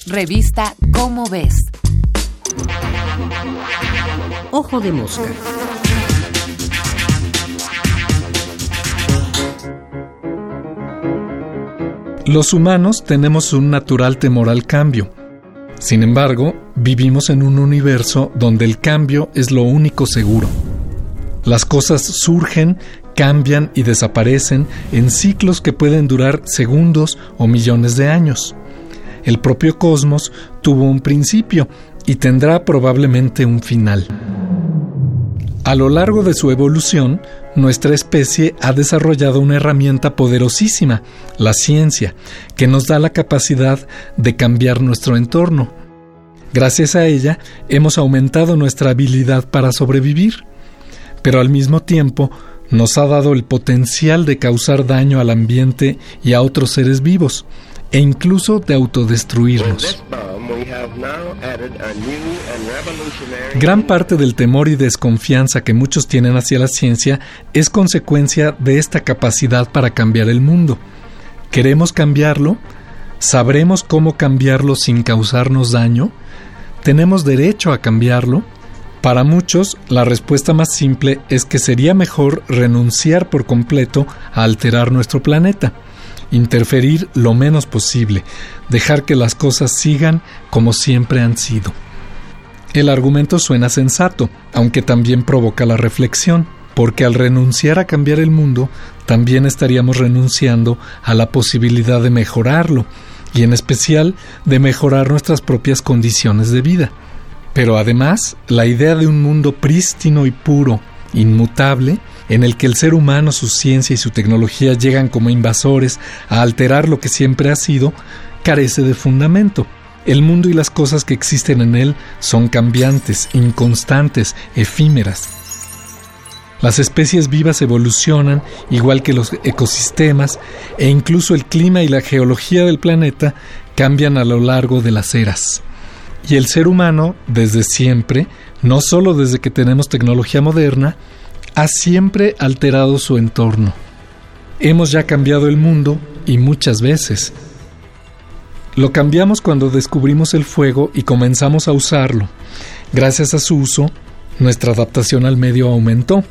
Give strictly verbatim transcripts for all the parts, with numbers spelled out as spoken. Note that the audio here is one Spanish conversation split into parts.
Revista Cómo Ves. Ojo de mosca. Los humanos tenemos un natural temor al cambio. Sin embargo, vivimos en un universo donde el cambio es lo único seguro. Las cosas surgen, cambian y desaparecen en ciclos que pueden durar segundos o millones de años. El propio cosmos tuvo un principio y tendrá probablemente un final. A lo largo de su evolución, nuestra especie ha desarrollado una herramienta poderosísima, la ciencia, que nos da la capacidad de cambiar nuestro entorno. Gracias a ella, hemos aumentado nuestra habilidad para sobrevivir, pero al mismo tiempo nos ha dado el potencial de causar daño al ambiente y a otros seres vivos, e incluso de autodestruirnos. Gran parte del temor y desconfianza que muchos tienen hacia la ciencia es consecuencia de esta capacidad para cambiar el mundo. ¿Queremos cambiarlo? ¿Sabremos cómo cambiarlo sin causarnos daño? ¿Tenemos derecho a cambiarlo? Para muchos, la respuesta más simple es que sería mejor renunciar por completo a alterar nuestro planeta. Interferir lo menos posible, dejar que las cosas sigan como siempre han sido. El argumento suena sensato, aunque también provoca la reflexión, porque al renunciar a cambiar el mundo, también estaríamos renunciando a la posibilidad de mejorarlo, y en especial de mejorar nuestras propias condiciones de vida. Pero además, la idea de un mundo prístino y puro, inmutable, en el que el ser humano, su ciencia y su tecnología llegan como invasores a alterar lo que siempre ha sido, carece de fundamento. El mundo y las cosas que existen en él son cambiantes, inconstantes, efímeras. Las especies vivas evolucionan, igual que los ecosistemas, e incluso el clima y la geología del planeta cambian a lo largo de las eras. Y el ser humano, desde siempre, no solo desde que tenemos tecnología moderna, ha siempre alterado su entorno. Hemos ya cambiado el mundo, y muchas veces. Lo cambiamos cuando descubrimos el fuego y comenzamos a usarlo. Gracias a su uso, nuestra adaptación al medio aumentó.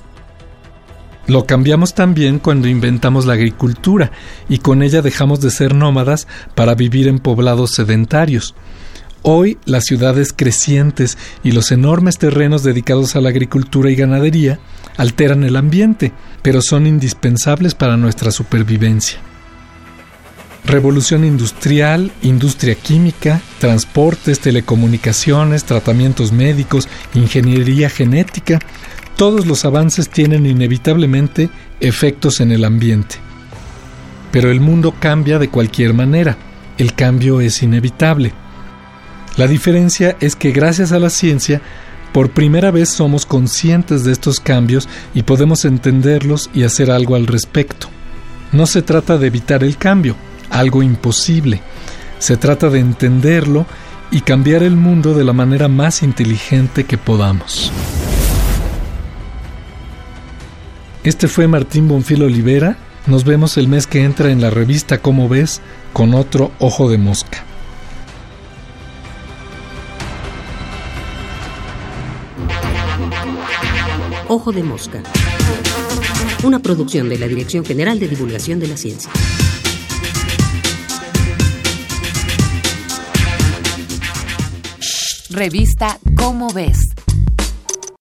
Lo cambiamos también cuando inventamos la agricultura, y con ella dejamos de ser nómadas para vivir en poblados sedentarios. Hoy, las ciudades crecientes y los enormes terrenos dedicados a la agricultura y ganadería alteran el ambiente, pero son indispensables para nuestra supervivencia. Revolución industrial, industria química, transportes, telecomunicaciones, tratamientos médicos, ingeniería genética, todos los avances tienen inevitablemente efectos en el ambiente. Pero el mundo cambia de cualquier manera, el cambio es inevitable. La diferencia es que gracias a la ciencia, por primera vez somos conscientes de estos cambios y podemos entenderlos y hacer algo al respecto. No se trata de evitar el cambio, algo imposible. Se trata de entenderlo y cambiar el mundo de la manera más inteligente que podamos. Este fue Martín Bonfil Olivera. Nos vemos el mes que entra en la revista Cómo Ves con otro Ojo de Mosca. Ojo de Mosca. Una producción de la Dirección General de Divulgación de la Ciencia. Revista Cómo Ves.